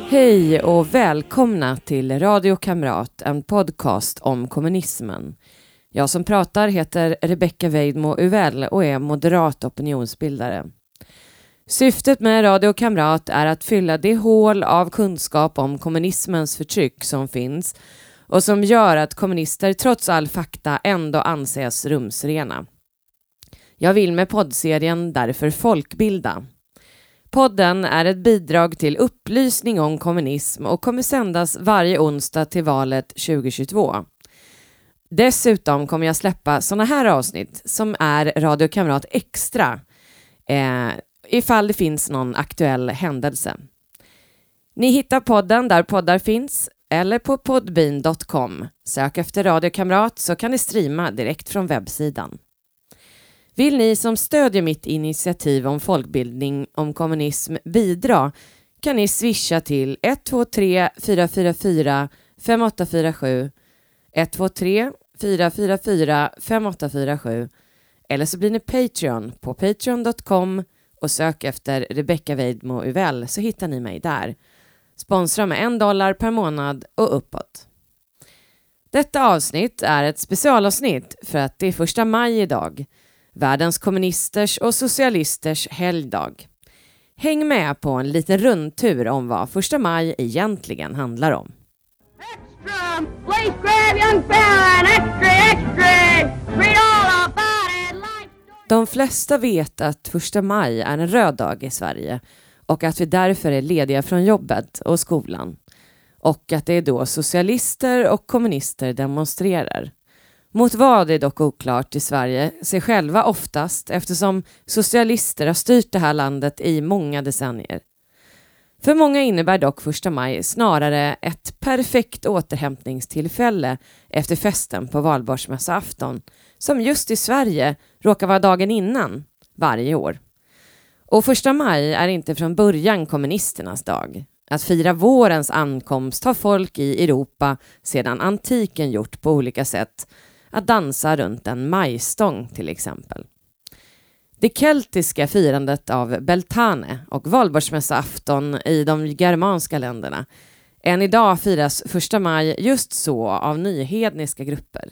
Hej och välkomna till Radio Kamrat, en podcast om kommunismen. Jag som pratar heter Rebecca Weidmo Uvell och är moderat opinionsbildare. Syftet med Radio Kamrat är att fylla det hål av kunskap om kommunismens förtryck som finns och som gör att kommunister trots all fakta ändå anses rumsrena. Jag vill med poddserien därför folkbilda. Podden är ett bidrag till upplysning om kommunism och kommer sändas varje onsdag till valet 2022. Dessutom kommer jag släppa såna här avsnitt som är Radio Kamrat Extra ifall det finns någon aktuell händelse. Ni hittar podden där poddar finns eller på podbean.com. Sök efter Radio Kamrat så kan ni streama direkt från webbsidan. Vill ni som stödjer mitt initiativ om folkbildning om kommunism bidra kan ni swisha till 123 444 5847 123 444 5847 eller så blir ni Patreon på patreon.com och sök efter Rebecca Weidmo Uvell så hittar ni mig där. Sponsra med $1 per månad och uppåt. Detta avsnitt är ett specialavsnitt för att det är 1 maj idag. Världens kommunisters och socialisters helgdag. Häng med på en liten rundtur om vad 1 maj egentligen handlar om. Extra! Please grab young fella, extra, extra! Read all about it, life story. De flesta vet att 1 maj är en röd dag i Sverige och att vi därför är lediga från jobbet och skolan. Och att det är då socialister och kommunister demonstrerar. Mot vad är dock oklart i Sverige, sig själva oftast eftersom socialister har styrt det här landet i många decennier. För många innebär dock 1 maj snarare ett perfekt återhämtningstillfälle efter festen på valborgsmässoafton som just i Sverige råkar vara dagen innan varje år. Och 1 maj är inte från början kommunisternas dag. Att fira vårens ankomst har folk i Europa sedan antiken gjort på olika sätt. Att dansa runt en majstång till exempel. Det keltiska firandet av Beltane och valborgsmässoafton i de germanska länderna. Än idag firas 1 maj just så av nyhedniska grupper.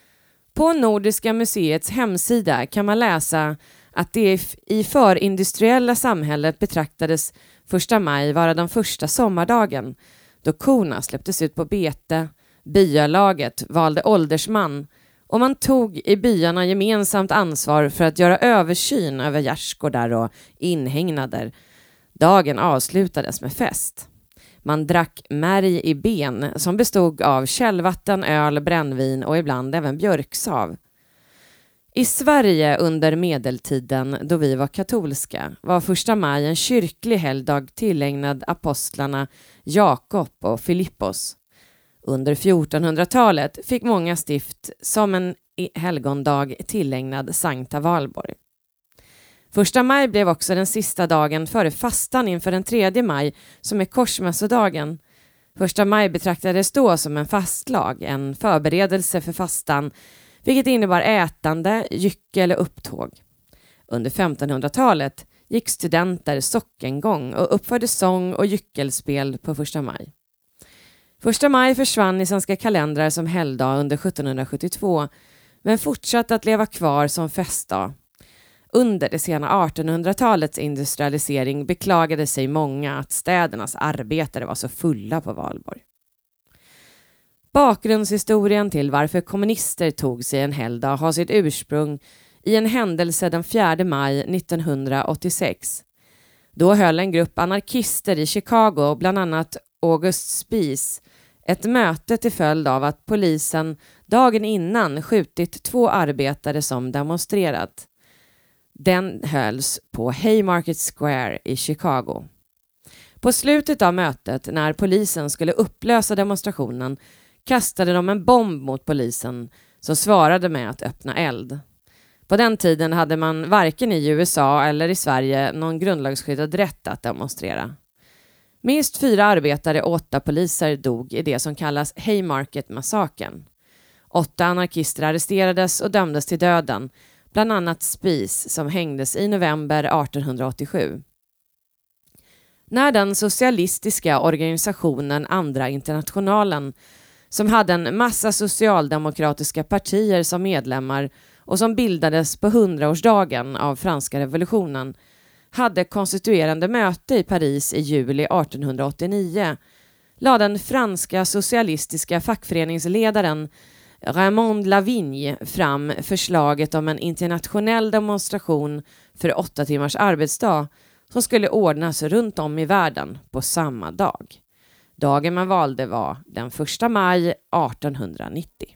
På Nordiska museets hemsida kan man läsa att det i förindustriella samhället betraktades 1 maj vara den första sommardagen då korna släpptes ut på bete, byalaget valde åldersman och man tog i byarna gemensamt ansvar för att göra översyn över gärdsgårdar och inhägnader. Dagen avslutades med fest. Man drack märg i ben som bestod av källvatten, öl, brännvin och ibland även björksav. I Sverige under medeltiden då vi var katolska var 1 maj en kyrklig helgdag tillägnad apostlarna Jakob och Filippos. Under 1400-talet fick många stift som en helgondag tillägnad Sankta Valborg. 1 maj blev också den sista dagen före fastan inför den 3 maj som är korsmässodagen. 1 maj betraktades då som en fastlag, en förberedelse för fastan, vilket innebar ätande, gyckel och upptåg. Under 1500-talet gick studenter sockengång och uppförde sång- och gyckelspel på 1 maj. 1 maj försvann i svenska kalendrar som helgdag under 1772 men fortsatte att leva kvar som festdag. Under det sena 1800-talets industrialisering beklagade sig många att städernas arbetare var så fulla på valborg. Bakgrundshistorien till varför kommunister tog sig en helgdag har sitt ursprung i en händelse den 4 maj 1986. Då höll en grupp anarkister i Chicago, bland annat August Spies, ett möte till följd av att polisen dagen innan skjutit 2 arbetare som demonstrerat. Den hölls på Haymarket Square i Chicago. På slutet av mötet, när polisen skulle upplösa demonstrationen, kastade de en bomb mot polisen som svarade med att öppna eld. På den tiden hade man varken i USA eller i Sverige någon grundlagsskyddad rätt att demonstrera. Minst 4 arbetare och 8 poliser dog i det som kallas Haymarket-massakern. 8 anarkister arresterades och dömdes till döden, bland annat Spies som hängdes i november 1887. När den socialistiska organisationen Andra internationalen, som hade en massa socialdemokratiska partier som medlemmar och som bildades på 100-årsdagen av franska revolutionen, hade konstituerande möte i Paris i juli 1889, lade den franska socialistiska fackföreningsledaren Raymond Lavigne fram förslaget om en internationell demonstration för 8 timmars arbetsdag som skulle ordnas runt om i världen på samma dag. Dagen man valde var den 1 maj 1890.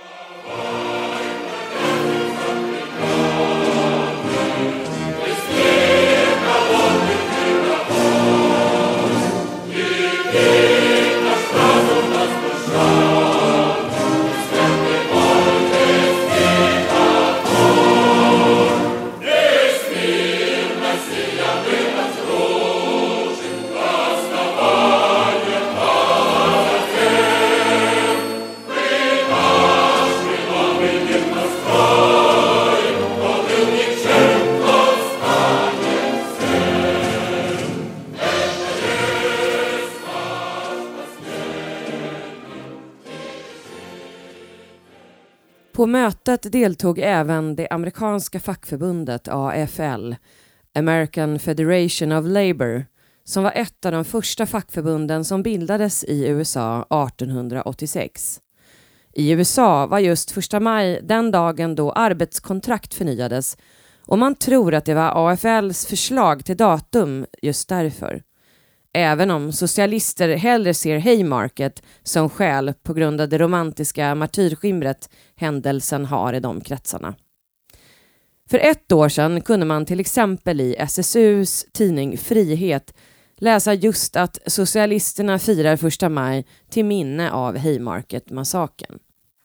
På mötet deltog även det amerikanska fackförbundet AFL, American Federation of Labour, som var ett av de första fackförbunden som bildades i USA 1886. I USA var just 1 maj den dagen då arbetskontrakt förnyades, och man tror att det var AFLs förslag till datum just därför. Även om socialister hellre ser Haymarket som skäl på grund av det romantiska martyrskimret händelsen har i de kretsarna. För 1 år sedan kunde man till exempel i SSUs tidning Frihet läsa just att socialisterna firar 1 maj till minne av Haymarket-massakern.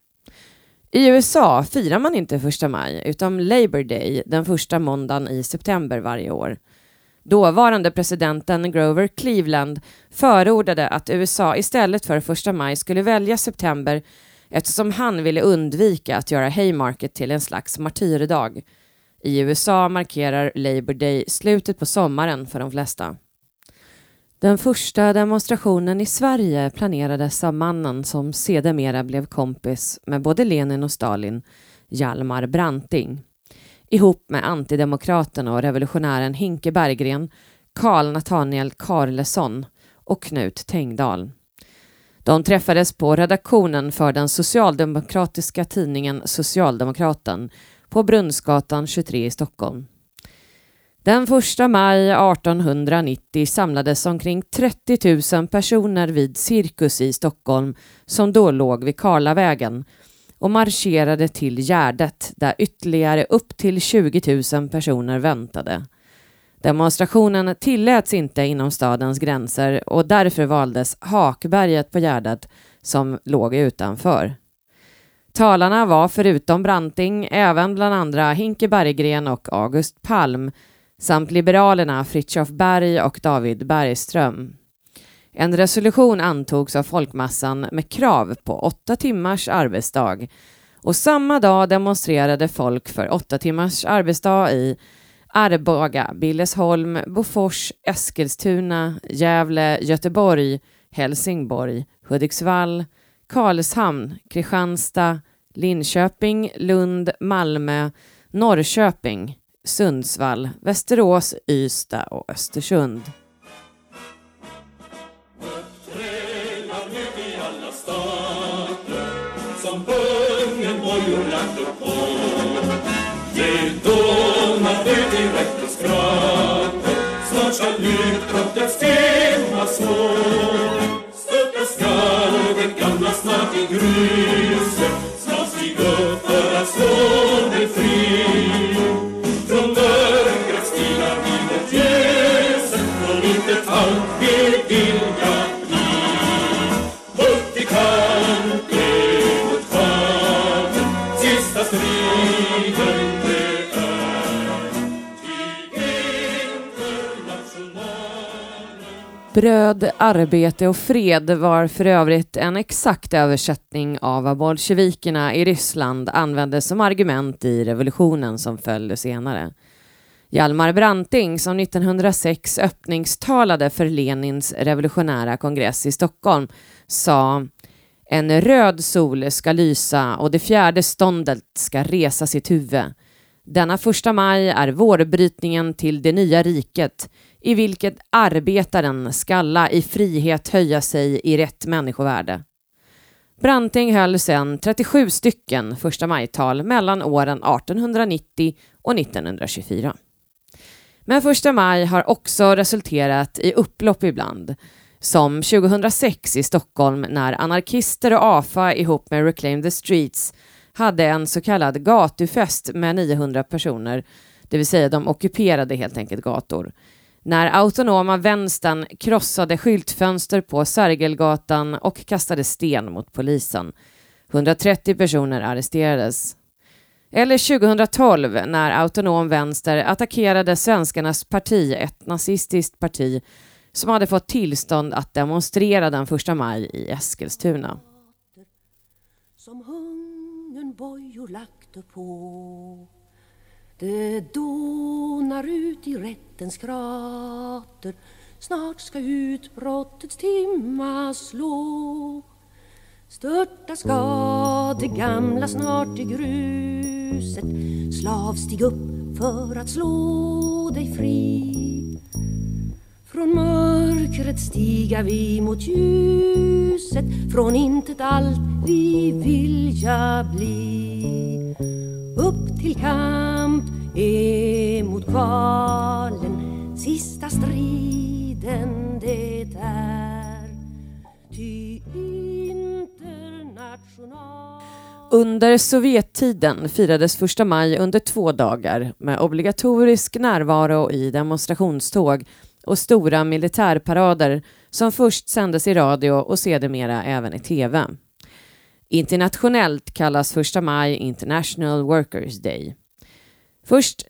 I USA firar man inte 1 maj utan Labor Day den första måndagen i september varje år. Dåvarande presidenten Grover Cleveland förordade att USA istället för 1 maj skulle välja september eftersom han ville undvika att göra Haymarket till en slags martyrdag. I USA markerar Labor Day slutet på sommaren för de flesta. Den första demonstrationen i Sverige planerades av mannen som sedermera blev kompis med både Lenin och Stalin, Hjalmar Branting. Ihop med antidemokraten och revolutionären Hinke Berggren, Carl Nathaniel Carlesson och Knut Tengdahl. De träffades på redaktionen för den socialdemokratiska tidningen Socialdemokraten på Brunnsgatan 23 i Stockholm. Den 1 maj 1890 samlades omkring 30 000 personer vid Cirkus i Stockholm som då låg vid Karlavägen och marscherade till Gärdet där ytterligare upp till 20 000 personer väntade. Demonstrationen tilläts inte inom stadens gränser och därför valdes Hakberget på Gärdet som låg utanför. Talarna var förutom Branting även bland andra Hinke Berggren och August Palm samt liberalerna Fritiof Berg och David Bergström. En resolution antogs av folkmassan med krav på 8 timmars arbetsdag och samma dag demonstrerade folk för 8 timmars arbetsdag i Arboga, Billesholm, Bofors, Eskilstuna, Gävle, Göteborg, Helsingborg, Hudiksvall, Karlshamn, Kristianstad, Linköping, Lund, Malmö, Norrköping, Sundsvall, Västerås, Ystad och Östersund. Som ungen bojor lagt upp på. Det dånar ut i rätt och skrap. Snart ska utbrottet stämma små. Stötta skall den gamla snart i gruset. Snart stig upp för att slå dig fri. Från mörkret stigar vi mot ljuset. Från inte allt vi vilja i. Upp i kamp. Bröd, arbete och fred var för övrigt en exakt översättning av vad bolsjevikerna i Ryssland använde som argument i revolutionen som följde senare. Hjalmar Branting, som 1906 öppningstalade för Lenins revolutionära kongress i Stockholm, sa: en röd sol ska lysa och det fjärde ståndet ska resa sitt huvud. Denna 1 maj är vårbrytningen till det nya riket, i vilket arbetaren skalla i frihet höja sig i rätt människovärde. Branting höll sedan 37 stycken 1 maj-tal mellan åren 1890 och 1924. Men 1 maj har också resulterat i upplopp ibland, som 2006 i Stockholm när anarkister och AFA ihop med Reclaim the Streets hade en så kallad gatufest med 900 personer, det vill säga de ockuperade helt enkelt gator. När autonoma vänstern krossade skyltfönster på Sergelgatan och kastade sten mot polisen. 130 personer arresterades. Eller 2012 när autonom vänster attackerade Svenskarnas parti, ett nazistiskt parti som hade fått tillstånd att demonstrera den 1 maj i Eskilstuna. Som hungern bojor lagt på, det dånar ut i rättens krater, snart ska utbrottets timma slå. Störta ska det gamla snart i gruset, slav stig upp för att slå dig fri. Från mörkret stiga vi mot ljuset, från intet allt vi vilja bli. Upp till kamp emot kvalen, sista striden det är. Ty international... Under Sovjettiden firades 1 maj under 2 dagar med obligatorisk närvaro i demonstrationståg och stora militärparader som först sändes i radio och sedermera även i tv. Internationellt kallas 1 maj International Workers' Day. Först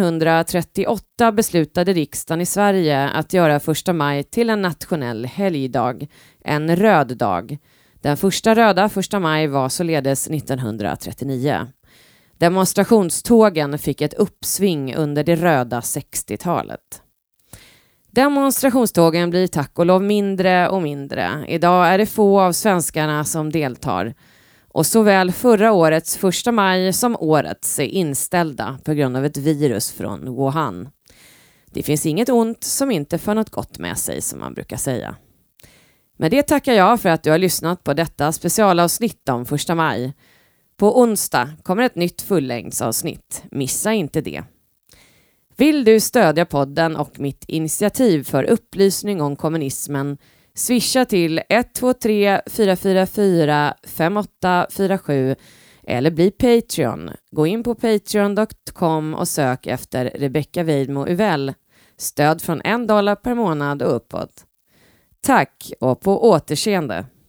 1938 beslutade riksdagen i Sverige att göra 1 maj till en nationell helgdag, en röd dag. Den första röda 1 maj var således 1939. Demonstrationstågen fick ett uppsving under det röda 60-talet. Demonstrationstågen blir tack och lov mindre och mindre. Idag är det få av svenskarna som deltar. Och såväl förra årets 1 maj som årets är inställda på grund av ett virus från Wuhan. Det finns inget ont som inte för något gott med sig, som man brukar säga. Med det tackar jag för att du har lyssnat på detta specialavsnitt om 1 maj. På onsdag kommer ett nytt fullängdsavsnitt. Missa inte det. Vill du stödja podden och mitt initiativ för upplysning om kommunismen, swisha till 123 444 5847 eller bli Patreon. Gå in på patreon.com och sök efter Rebecca Weidmo Uvell. Stöd från $1 per månad och uppåt. Tack och på återseende.